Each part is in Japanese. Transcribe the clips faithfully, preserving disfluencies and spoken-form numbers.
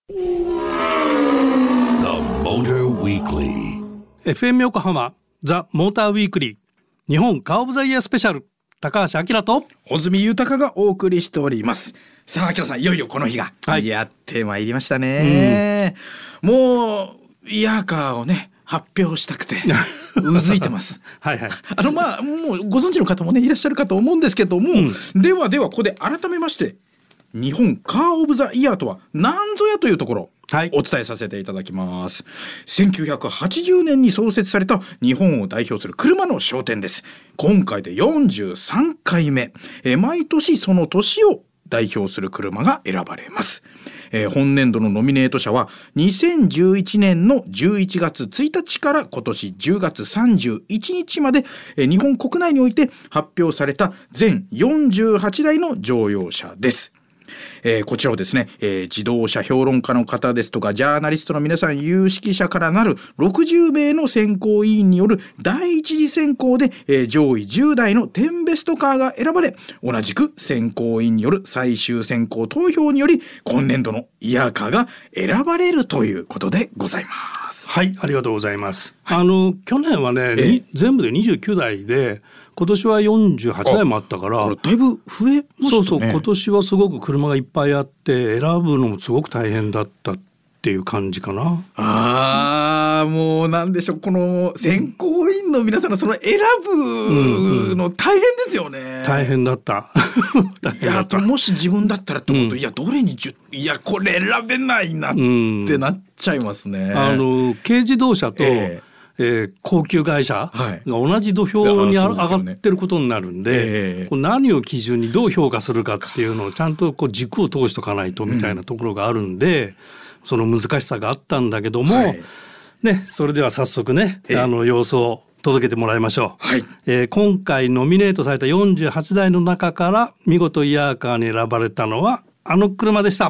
エフエム 横浜ザ・モーターウィークリー日本カーオブザイヤースペシャル、高橋明と穂積豊がお送りしております。さあ明さん、いよいよこの日がやってまいりましたね、はい、もうイヤーカーをね発表したくてうずいてますはい、はい、あのまあもうご存知の方もねいらっしゃるかと思うんですけども、うん、ではではここで改めまして日本カーオブザイヤーとは何ぞやというところ、はい、お伝えさせていただきます。せんきゅうひゃくはちじゅうねんに創設された日本を代表する車の賞典です。今回でよんじゅうさんかいめ、え毎年その年を代表する車が選ばれます。えー、本年度のノミネート者はにせんじゅういちねんのじゅういちがつついたちから今年じゅうがつさんじゅういちにちまで、えー、日本国内において発表された全よんじゅうはちだいの乗用車です。えー、こちらをですね、えー、自動車評論家の方ですとかジャーナリストの皆さん、有識者からなるろくじゅうめいの選考委員による第一次選考で、えー、上位じゅうだいのテンベストカーが選ばれ、同じく選考委員による最終選考投票により今年度のイヤーカーが選ばれるということでございます。 はい、ありがとうございます、はい、あの去年はね、えー、全部でにじゅうきゅうだいで今年はよんじゅうはちだいもあったから、 だいぶ増えましたね。 そうそう、今年はすごく車がいっぱいあって選ぶのもすごく大変だったっていう感じかな。 あー、もうなんでしょう、この選考委員の皆さんのその選ぶの大変ですよね、うんうん、 大変だった大変だった。 いや、もし自分だったらってこと、うん、いやどれにいやこれ選べないなってなっちゃいますね、うん、あの軽自動車と、えーえー、高級会社が同じ土俵に上がってることになるんで、はい、えー、こう何を基準にどう評価するかっていうのをちゃんとこう軸を通しとかないとみたいなところがあるんで、うん、その難しさがあったんだけども、はい、ね、それでは早速ね、えー、あの様子を届けてもらいましょう、はい、えー、今回ノミネートされたよんじゅうはちだいの中から見事イヤーカーに選ばれたのはあの車でした。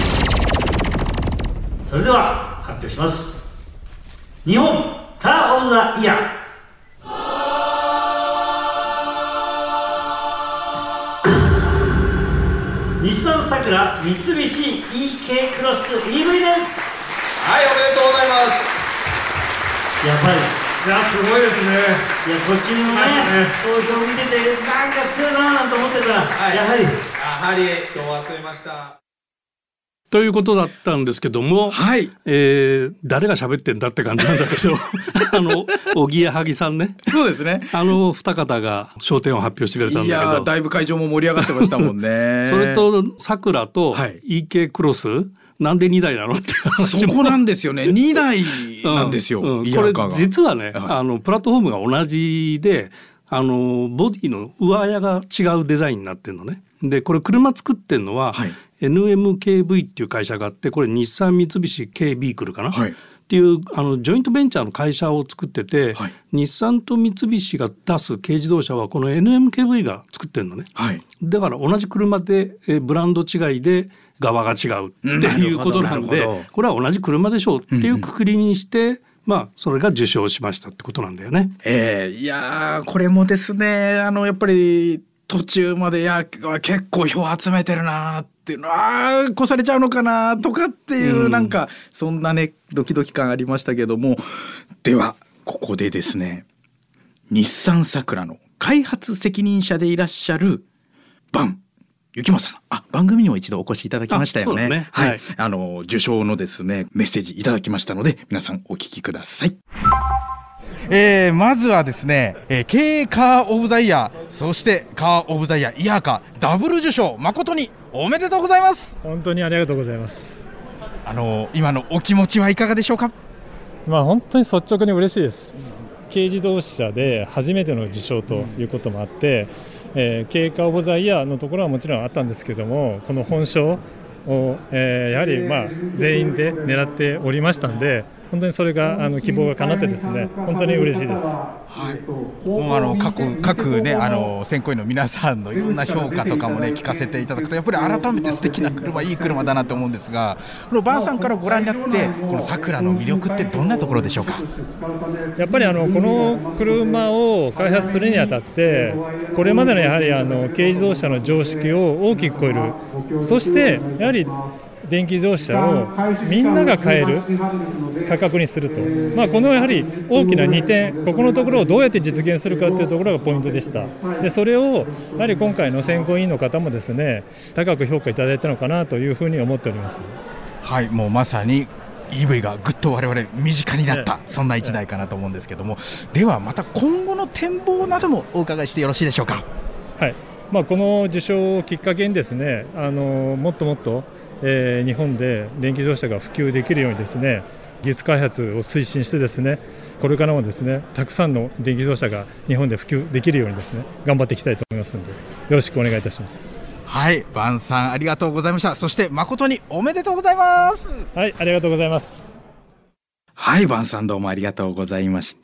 それでは発表します。日本カーオブザイヤー、日産サクラ三菱 イーケー クロス イーブイ です。 はい、おめでとうございます。 やっぱりいや、すごいですね。 いや、こっちのね投票見ててなんか強いななんて思ってたら、はい、やはりやはり票を集めましたということだったんですけども、はい、えー、誰が喋ってんだって感じなんだけどあのおぎやはぎさんね、 そうですね、 あの二方が賞典を発表してくれたんだけど、 いやだいぶ会場も盛り上がってましたもんねそれとさくらと イーケー クロス、なんでにだいなのって話もそこなんですよね、にだいなんですよ、 うんうん、これ実はね、はい、あのプラットフォームが同じで、あのボディの上矢が違うデザインになってるのね。でこれ車作ってるのは、はい、エヌエムケーブイ っていう会社があって、これ日産三菱軽ビークルかな、はい、っていうあのジョイントベンチャーの会社を作ってて、はい、日産と三菱が出す軽自動車はこの エヌエムケーブイ が作ってるのね、はい、だから同じ車でえブランド違いで側が違うっていうことなんで、これは同じ車でしょうっていうくくりにして、うんうん、まあそれが受賞しましたってことなんだよね。 えー、いやこれもですね、あのやっぱり途中までいや結構票集めてるなっていうのは、越されちゃうのかなとかっていう、うん、なんかそんなねドキドキ感ありましたけども、ではここでですね、日産サクラの開発責任者でいらっしゃるバン雪正さん、あ、番組にも一度お越しいただきましたよね。ね、はい、はい、あの受賞のですねメッセージいただきましたので、皆さんお聞きください。えー、まずはですね、えー、軽カーオブザイヤー、そしてカーオブザイヤーイヤーカーダブル受賞、誠におめでとうございます。 本当にありがとうございます。 あの今のお気持ちはいかがでしょうか。 まあ本当に率直に嬉しいです。軽自動車で初めての受賞ということもあって、うん、えー、軽カーオブザイヤーのところはもちろんあったんですけども、この本賞を、えー、やはりまあ全員で狙っておりましたんで、本当にそれがあの希望が叶ってですね、本当に嬉しいです。 はい、もうあの各各ね、あの選考委員の皆さんのいろんな評価とかもね聞かせていただくと、やっぱり改めて素敵な車、いい車だなと思うんですが、このバンさんからご覧になってこのサクラの魅力ってどんなところでしょうか。 やっぱりあのこの車を開発するにあたって、これまでのやはりあの軽自動車の常識を大きく超える、そしてやはり電気自動車をみんなが買える価格にすると、まあ、このやはり大きなにてん、ここのところをどうやって実現するかというところがポイントでした。でそれをやはり今回の選考委員の方もですね、高く評価いただいたのかなというふうに思っております。 はい、もうまさにイーブイ がぐっと我々身近になった、ね、そんないちだいかなと思うんですけども、ではまた今後の展望などもお伺いしてよろしいでしょうか。 はい、まあ、この受賞をきっかけにですね、あのもっともっと、えー、日本で電気自動車が普及できるようにですね、技術開発を推進してですね、これからもですね、たくさんの電気自動車が日本で普及できるようにですね、頑張っていきたいと思いますので、よろしくお願いいたします。 はい、バンさんありがとうございました。そして誠におめでとうございます。 はい、ありがとうございます。 はい、バンさんどうもありがとうございました。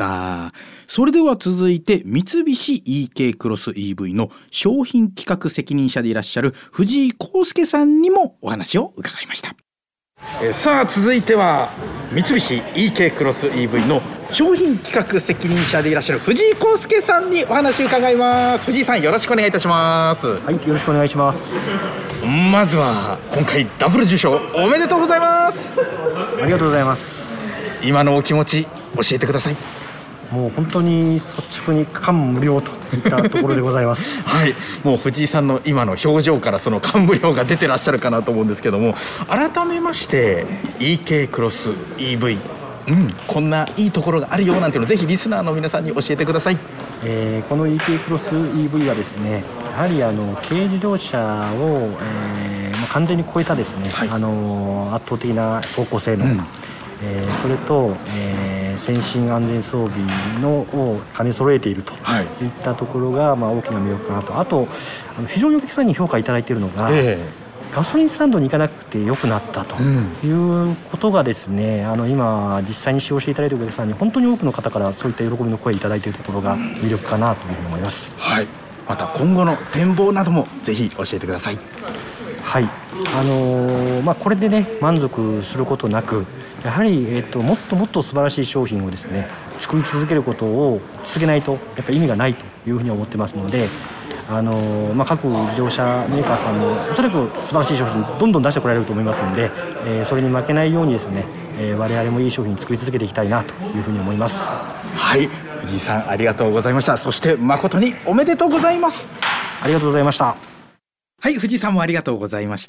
それでは続いて三菱 イーケー クロス イーブイ の商品企画責任者でいらっしゃる藤井康介さんにもお話を伺いました。えー、さあ続いては三菱 イーケー クロス イーブイ の商品企画責任者でいらっしゃる藤井康介さんにお話を伺います。藤井さんよろしくお願いいたします。 はい、よろしくお願いします。 まずは今回ダブル受賞おめでとうございます。 ありがとうございます。 今のお気持ち教えてください。 もう本当に率直に感無量といったところでございますはい、もう藤井さんの今の表情からその感無量が出てらっしゃるかなと思うんですけども、改めまして イーケー クロス イーブイ、うん、こんないいところがあるよなんていうのをぜひリスナーの皆さんに教えてください。 えー、この イーケー クロス イーブイ はですね、やはりあの軽自動車を、えーまあ、完全に超えたですね、はい、あの圧倒的な走行性能、うん、えー、それと、えー、先進安全装備のを兼ね揃えているといったところが、まあ、大きな魅力かなと。あとあの非常にお客さんに評価いただいているのが、えー、ガソリンスタンドに行かなくてよくなったということがですね、うん、あの今実際に使用していただいているお客さんに本当に多くの方からそういった喜びの声をいただいているところが魅力かなというふうに思います。 はい、また今後の展望などもぜひ教えてください。 はい、あのーまあ、これでね満足することなく、やはり、えー、ともっともっと素晴らしい商品をですね作り続けることを続けないとやっぱり意味がないというふうに思ってますので、あのーまあ、各自動車メーカーさんもおそらく素晴らしい商品どんどん出してこられると思いますので、えー、それに負けないようにですね、えー、我々もいい商品作り続けていきたいなというふうに思います。 はい、藤井さんありがとうございました。そして誠におめでとうございます。 ありがとうございました。 はい、藤井さんもありがとうございました。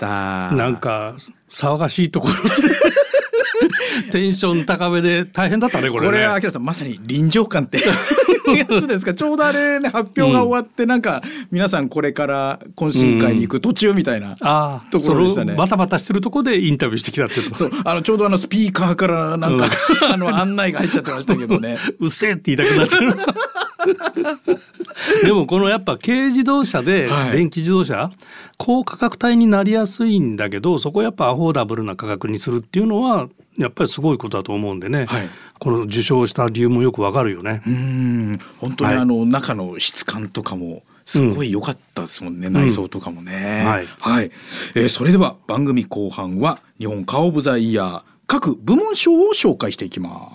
なんか騒がしいところでテンション高めで大変だったねこれね。 これは明さんまさに臨場感ってやつですか。ちょうどあれね発表が終わって、うん、なんか皆さんこれから懇親会に行く途中みたいな、うん、あところでしたね。 バタバタしてるところでインタビューしてきたっていうそう、あのちょうどあのスピーカーからなんか、うん、あの案内が入っちゃってましたけどねうっせえって言いたくなっちゃうでもこのやっぱ軽自動車で電気自動車、はい、高価格帯になりやすいんだけど、そこをやっぱアフォーダブルな価格にするっていうのはやっぱりすごいことだと思うんでね、はい、この受賞した理由もよくわかるよね。 うーん、本当にあの、はい、中の質感とかもすごい良かったですもんね、うん、内装とかもね、うん、はい、はい、えー、それでは番組後半は日本カーオブザイヤー各部門賞を紹介していきます。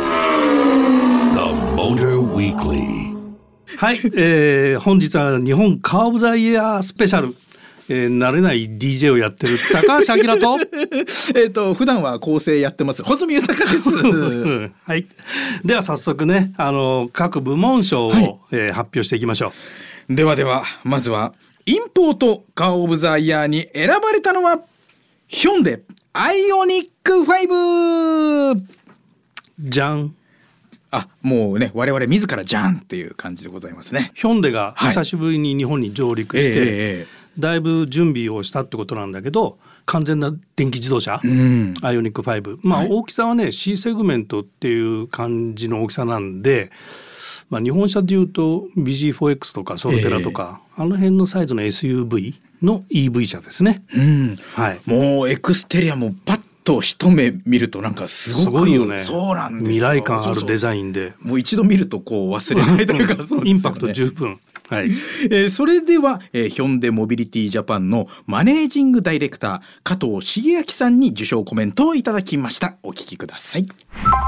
はい、えー、本日は日本カーオブザイヤースペシャル、えー、慣れない ディージェー をやってる高橋明とえっと普段は構成やってます穂積豊ですはい、では早速ね、あの各部門賞を、はい、えー、発表していきましょう。ではではまずはインポートカーオブザイヤーに選ばれたのはヒョンデアイオニックファイブじゃん。 あ、もうね我々自らじゃんっていう感じでございますね。 ヒョンデが久しぶりに日本に上陸して、はい、えー、だいぶ準備をしたってことなんだけど、完全な電気自動車、うん、アイオニックファイブ、まあ、大きさはね、はい、C セグメントっていう感じの大きさなんで、まあ、日本車でいうと ビージーフォーエックス とかソルテラとか、えー、あの辺のサイズの エスユーブイ の イーブイ 車ですね、うん、はい、 もうエクステリアもパッと一目見るとなんかすごく、すごいよね。そうなんですよ。 未来感あるデザインで、 そうそう、もう一度見るとこう忘れないというかそうですよね、 インパクト十分、はい。 えー、それでは、えー、ヒョンデモビリティジャパンのマネージングダイレクター加藤茂明さんに受賞コメントをいただきました。お聞きください。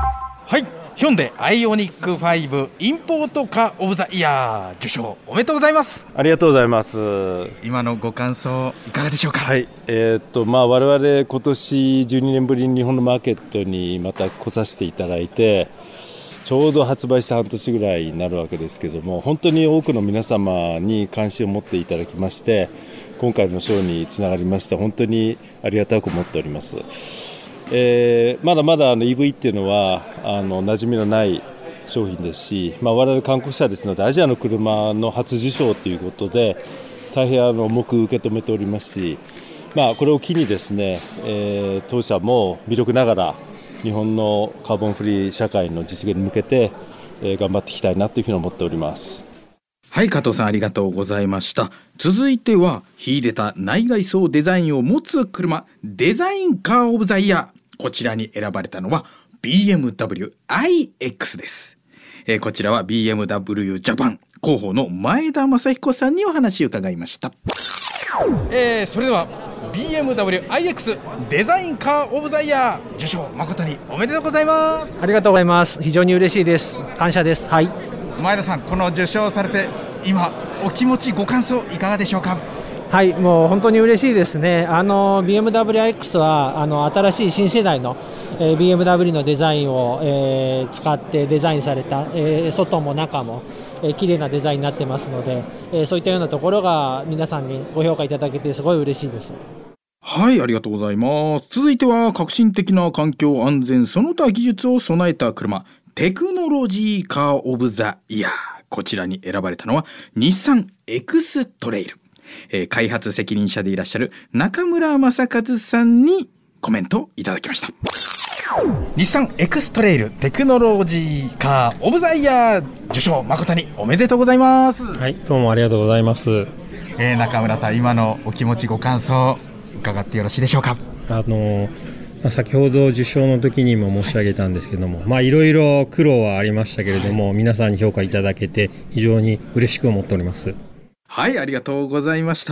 はい、ヒョンデアイオニックファイブインポートカーオブザイヤー受賞おめでとうございます。 ありがとうございます。 今のご感想いかがでしょうか。 はい、えーっとまあ、我々今年じゅうにねんぶりに日本のマーケットにまた来させていただいて、ちょうど発売して半年ぐらいになるわけですけども、本当に多くの皆様に関心を持っていただきまして、今回のショーにつながりまして本当にありがたく思っております。えー、まだまだあの イーブイ っていうのはあの馴染みのない商品ですし、まあ、我々韓国社ですのでアジアの車の初受賞ということで大変あの重く受け止めておりますし、まあ、これを機にですね、えー、当社も微力ながら日本のカーボンフリー社会の実現に向けて、えー、頑張っていきたいなというふうに思っております。 はい、加藤さんありがとうございました。続いては秀でた内外装デザインを持つ車、デザインカーオブザイヤー、こちらに選ばれたのは ビーエムダブリューアイエックス です。えー、こちらは ビーエムダブリュー ジャパン広報の前田正彦さんにお話を伺いました。えー、それでは ビーエムダブリューアイエックス デザインカーオブザイヤー受賞誠におめでとうございます。 ありがとうございます。非常に嬉しいです。感謝です。はい、 前田さん、この受賞されて今お気持ちご感想いかがでしょうか。 はい、もう本当に嬉しいですね。あの ビーエムダブリューアイエックス はあの新しい新世代の、えー、ビーエムダブリュー のデザインを、えー、使ってデザインされた、えー、外も中も、えー、綺麗なデザインになってますので、えー、そういったようなところが皆さんにご評価いただけてすごい嬉しいです。 はい、ありがとうございます。続いては革新的な環境安全その他技術を備えた車、テクノロジーカーオブザイヤー、こちらに選ばれたのは日産エクストレイル、えー、開発責任者でいらっしゃる中村正和さんにコメントいただきました。日産エクストレイルテクノロジーカーオブザイヤー受賞誠におめでとうございます。 はい、どうもありがとうございます。 えー、中村さん、今のお気持ちご感想伺ってよろしいでしょうか。 あの先ほど受賞の時にも申し上げたんですけども、まあいろいろ苦労はありましたけれども、皆さんに評価いただけて非常に嬉しく思っております。 はい、ありがとうございました。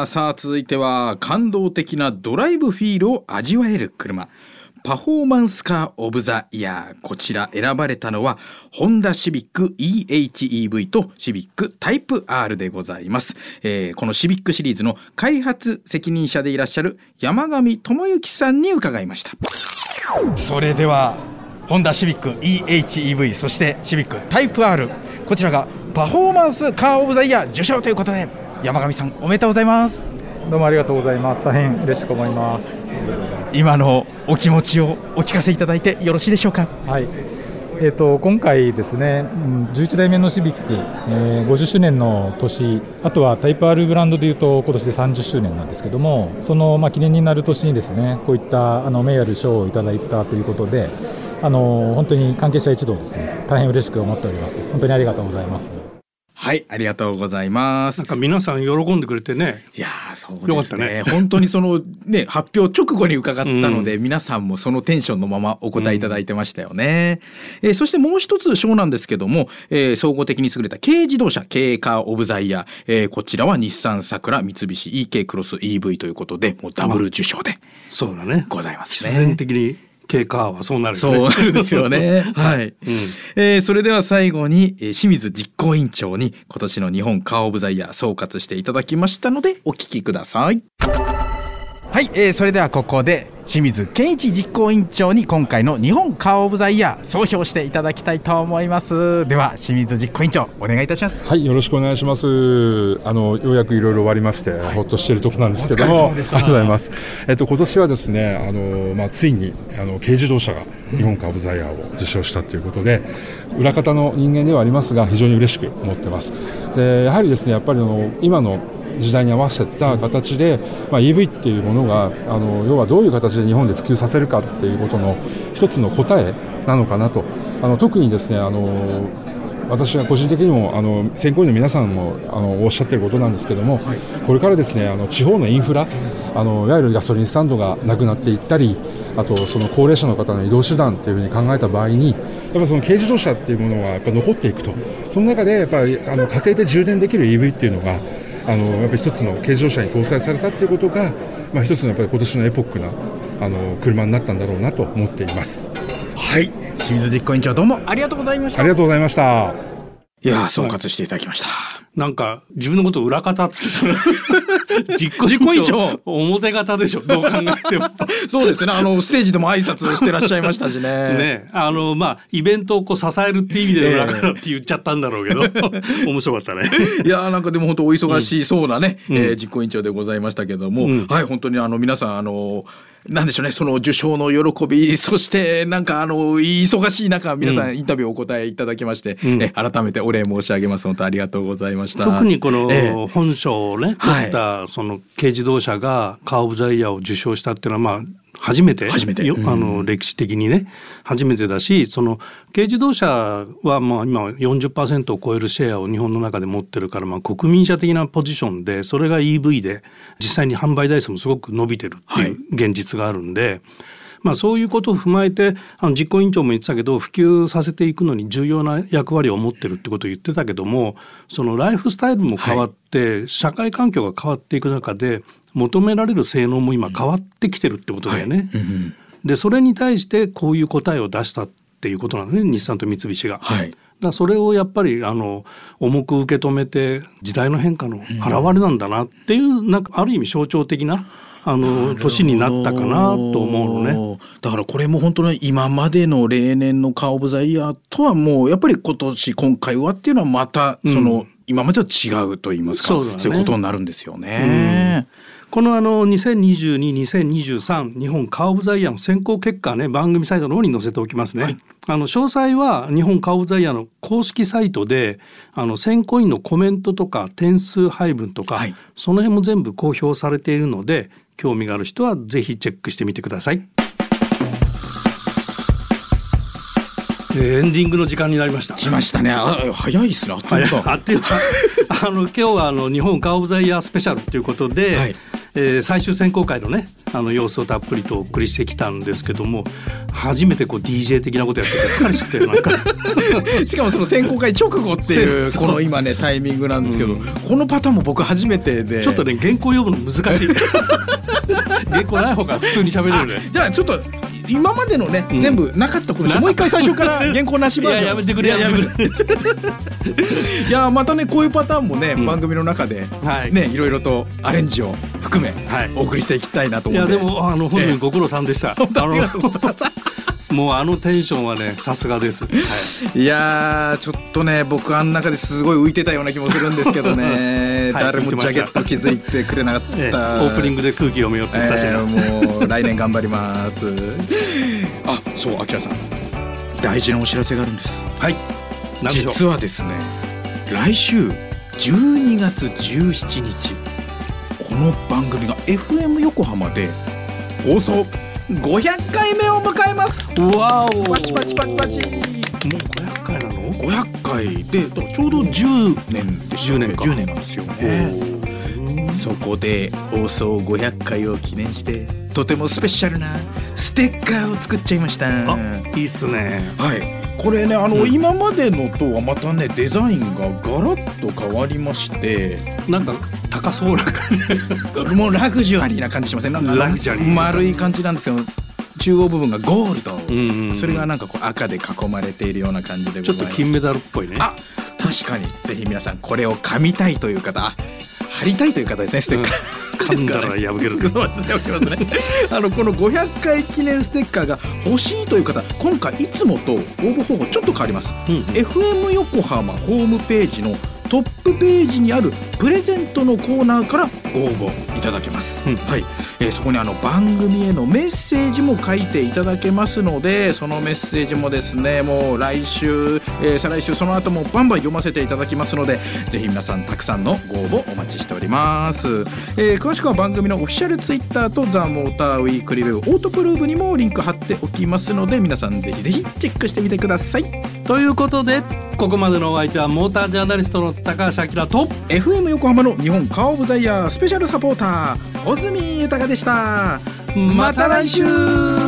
さあ続いては感動的なドライブフィールを味わえる車、パフォーマンスカーオブザイヤー、こちら選ばれたのはホンダシビック イーエイチイーブイ とシビックタイプ R でございます。えー、このシビックシリーズの開発責任者でいらっしゃる山上智之さんに伺いました。それではホンダシビック イーエイチイーブイ そしてシビックタイプ R、 こちらがパフォーマンスカーオブザイヤー受賞ということで、山上さんおめでとうございます。 どうもありがとうございます。大変嬉しく思います。 今のお気持ちをお聞かせいただいてよろしいでしょうか。 はい、えー、と今回ですね、じゅういちだいめのシビック、えー、ごじゅっしゅうねんの年、あとはタイプ R ブランドでいうと今年でさんじゅっしゅうねんなんですけども、その、まあ、記念になる年にですね、こういったあの名誉ある賞をいただいたということで、あの本当に関係者一同ですね、大変嬉しく思っております。本当にありがとうございます。 はい、ありがとうございます。 なんか皆さん喜んでくれてね、 いやそうですね、 よかったね。 本当にそのね発表直後に伺ったので、うん、皆さんもそのテンションのままお答えいただいてましたよね。うん、えー、そしてもう一つ賞なんですけども、えー、総合的に優れた軽自動車軽カーオブザイヤー、えー、こちらは日産サクラ三菱 イーケー クロス イーブイ ということで、もうダブル受賞でそうだね、 ございますね。 必然的に軽カーはそうなるよね。 そうなるですよね。はい、うん、えー。それでは最後に、えー、清水実行委員長に今年の日本カーオブザイヤー総括していただきましたのでお聞きください。はい、えー、それではここで清水健一実行委員長に今回の日本カーオブザイヤー総評していただきたいと思います。では清水実行委員長お願いいたします。 はい、よろしくお願いします。あのようやくいろいろ終わりまして、はい、ほっとしているところなんですけども、ありがとうございます。えっと今年はですね、あのまあついにあの軽自動車が日本カーオブザイヤーを受賞したということで、裏方の人間ではありますが非常に嬉しく思ってます。でやはりですね、やっぱりあの今の時代に合わせた形で、まあ、イーブイ っていうものがあの要はどういう形で日本で普及させるかっていうことの一つの答えなのかなと。あの特にですね、あの私が個人的にもあの選考委員の皆さんもあのおっしゃっていることなんですけども、はい、これからですね、あの地方のインフラ、あのいわゆるガソリンスタンドがなくなっていったり、あとその高齢者の方の移動手段というふうに考えた場合に、やっぱりその軽自動車っていうものはやっぱ残っていくと。その中でやっぱりあの家庭で充電できる イーブイ っていうのがあのやっぱり一つの軽自動車に搭載されたということが、まあ、一つのやっぱり今年のエポックなあの車になったんだろうなと思っています。 はい、清水実行委員長どうもありがとうございました。 ありがとうございました。 いや総括していただきました。 なんか自分のこと裏方っつ実行委員長表方でしょ、どう考えてもそうですね、あのステージでも挨拶してらっしゃいましたしねね、あのまあイベントをこう支えるっていう意味で裏方って言っちゃったんだろうけど、えー、面白かったねいやなんかでも本当お忙しそうなね、うんえー、実行委員長でございましたけども、うん、はい本当にあの皆さんあのなんでしょうね、その受賞の喜び、そしてなんかあの忙しい中皆さんインタビューをお答えいただきまして、うん、え改めてお礼申し上げます。本当ありがとうございました。 特にこの本賞をね、取ったその軽自動車がカー・オブ・ザ・イヤーを受賞したっていうのはまあ初めて、 初めて、 あの歴史的にね初めてだし、その軽自動車はまあ今 よんじゅっパーセント を超えるシェアを日本の中で持ってるから、まあ国民車的なポジションで、それが イーブイ で実際に販売台数もすごく伸びてるっていう現実があるんで、はいまあ、そういうことを踏まえてあの実行委員長も言ってたけど、普及させていくのに重要な役割を持ってるってことを言ってたけども、そのライフスタイルも変わって、はい、社会環境が変わっていく中で求められる性能も今変わってきてるってことだよね、はいうん、でそれに対してこういう答えを出したっていうことなのね、日産と三菱が、はい、だからそれをやっぱりあの重く受け止めて時代の変化の表れなんだなっていう、うん、なんかある意味象徴的なあの年になったかなと思うのね。 だからこれも本当に今までの例年のカー・オブ・ザ・イヤーとはもうやっぱり今年今回はっていうのはまたその、うん、今までと違うと言いますか、そうだね、そういうことになるんですよね。 うんこのあのにせんにじゅうに、にせんにじゅうさん日本カー・オブ・ザ・イヤーの選考結果はね番組サイトの方に載せておきますね、はい、あの詳細は日本カー・オブ・ザ・イヤーの公式サイトであの選考員のコメントとか点数配分とか、はい、その辺も全部公表されているので興味がある人はぜひチェックしてみてください。エンディングの時間になりました。 来ましたね。あ早いですね。あっという間。 あっという間。あの今日はあの日本カー・オブ・ザ・イヤースペシャルということで、はいえー、最終選考会のねあの様子をたっぷりとお送りしてきたんですけども、初めてこう ディージェー 的なことやってて疲れちゃってなんかしかもその選考会直後っていうこの今ねタイミングなんですけど、うん、このパターンも僕初めてでちょっとね原稿読むの難しい原稿ない方が普通に喋れるね。 じゃあちょっと今までのね、うん、全部なかったことでもう一回最初から原稿なしバージョン。いややめてくれやめてくれいやまたねこういうパターンもね、うん、番組の中で、はい、ねいろいろとアレンジを含め、はい、お送りしていきたいなと思って。 いやでもあの本人ご苦労さんでした、えー、 本当ありがとうございますもうあのテンションはねさすがです、はい、いやちょっとね僕あん中ですごい浮いてたような気もするんですけどね、はい、誰もジャケット気づいてくれなかった、えー、 オープニングで空気読めよって言ったしな、えー、もう来年頑張りますあそうあきらさん大事なお知らせがあるんです。 はい何でしょう。 実はですね来週じゅうにがつじゅうしちにちこの番組が エフエム 横浜で放送ごひゃっかいめを迎えます。 わおパチパチパチパチ。もうごひゃっかいなの？ ごひゃっかいでちょうどじゅうねんでしょうね。じゅうねんなんですよね。そこで放送ごひゃっかいを記念してとてもスペシャルなステッカーを作っちゃいました。 あ、いいっすね。 はい。これねあの、うん、今までのとはまたねデザインがガラッと変わりまして、 なんか高そうな感じもうラグジュアリーな感じしません？なんかラグジュアリー丸い感じなんですよ。中央部分がゴールド、うんうんうん、それがなんかこう赤で囲まれているような感じでございます。 ちょっと金メダルっぽいね。 あ、確かにぜひ皆さんこれを噛みたいという方、貼りたいという方ですね。ステッカー、 うん、噛んだら破けるぞ。 そうですね、破けますねあのこのごひゃっかい記念ステッカーが欲しいという方、今回いつもと応募方法ちょっと変わります、うんうん、エフエム 横浜ホームページのトップページにあるプレゼントのコーナーからご応募いただけます、うんはいえー、そこにあの番組へのメッセージも書いていただけますので、そのメッセージもですねもう来週、えー、再来週その後もバンバン読ませていただきますので、ぜひ皆さんたくさんのご応募お待ちしております、えー、詳しくは番組のオフィシャルツイッターとザ・モーターウィークリーウェブオートプルーブにもリンク貼っておきますので、皆さんぜひぜひチェックしてみてください。 ということでここまでのお相手はモータージャーナリストの高橋明とエフエム 横浜の日本カー・オブ・ザ・イヤースペシャルサポーター穂積豊でした。また来週。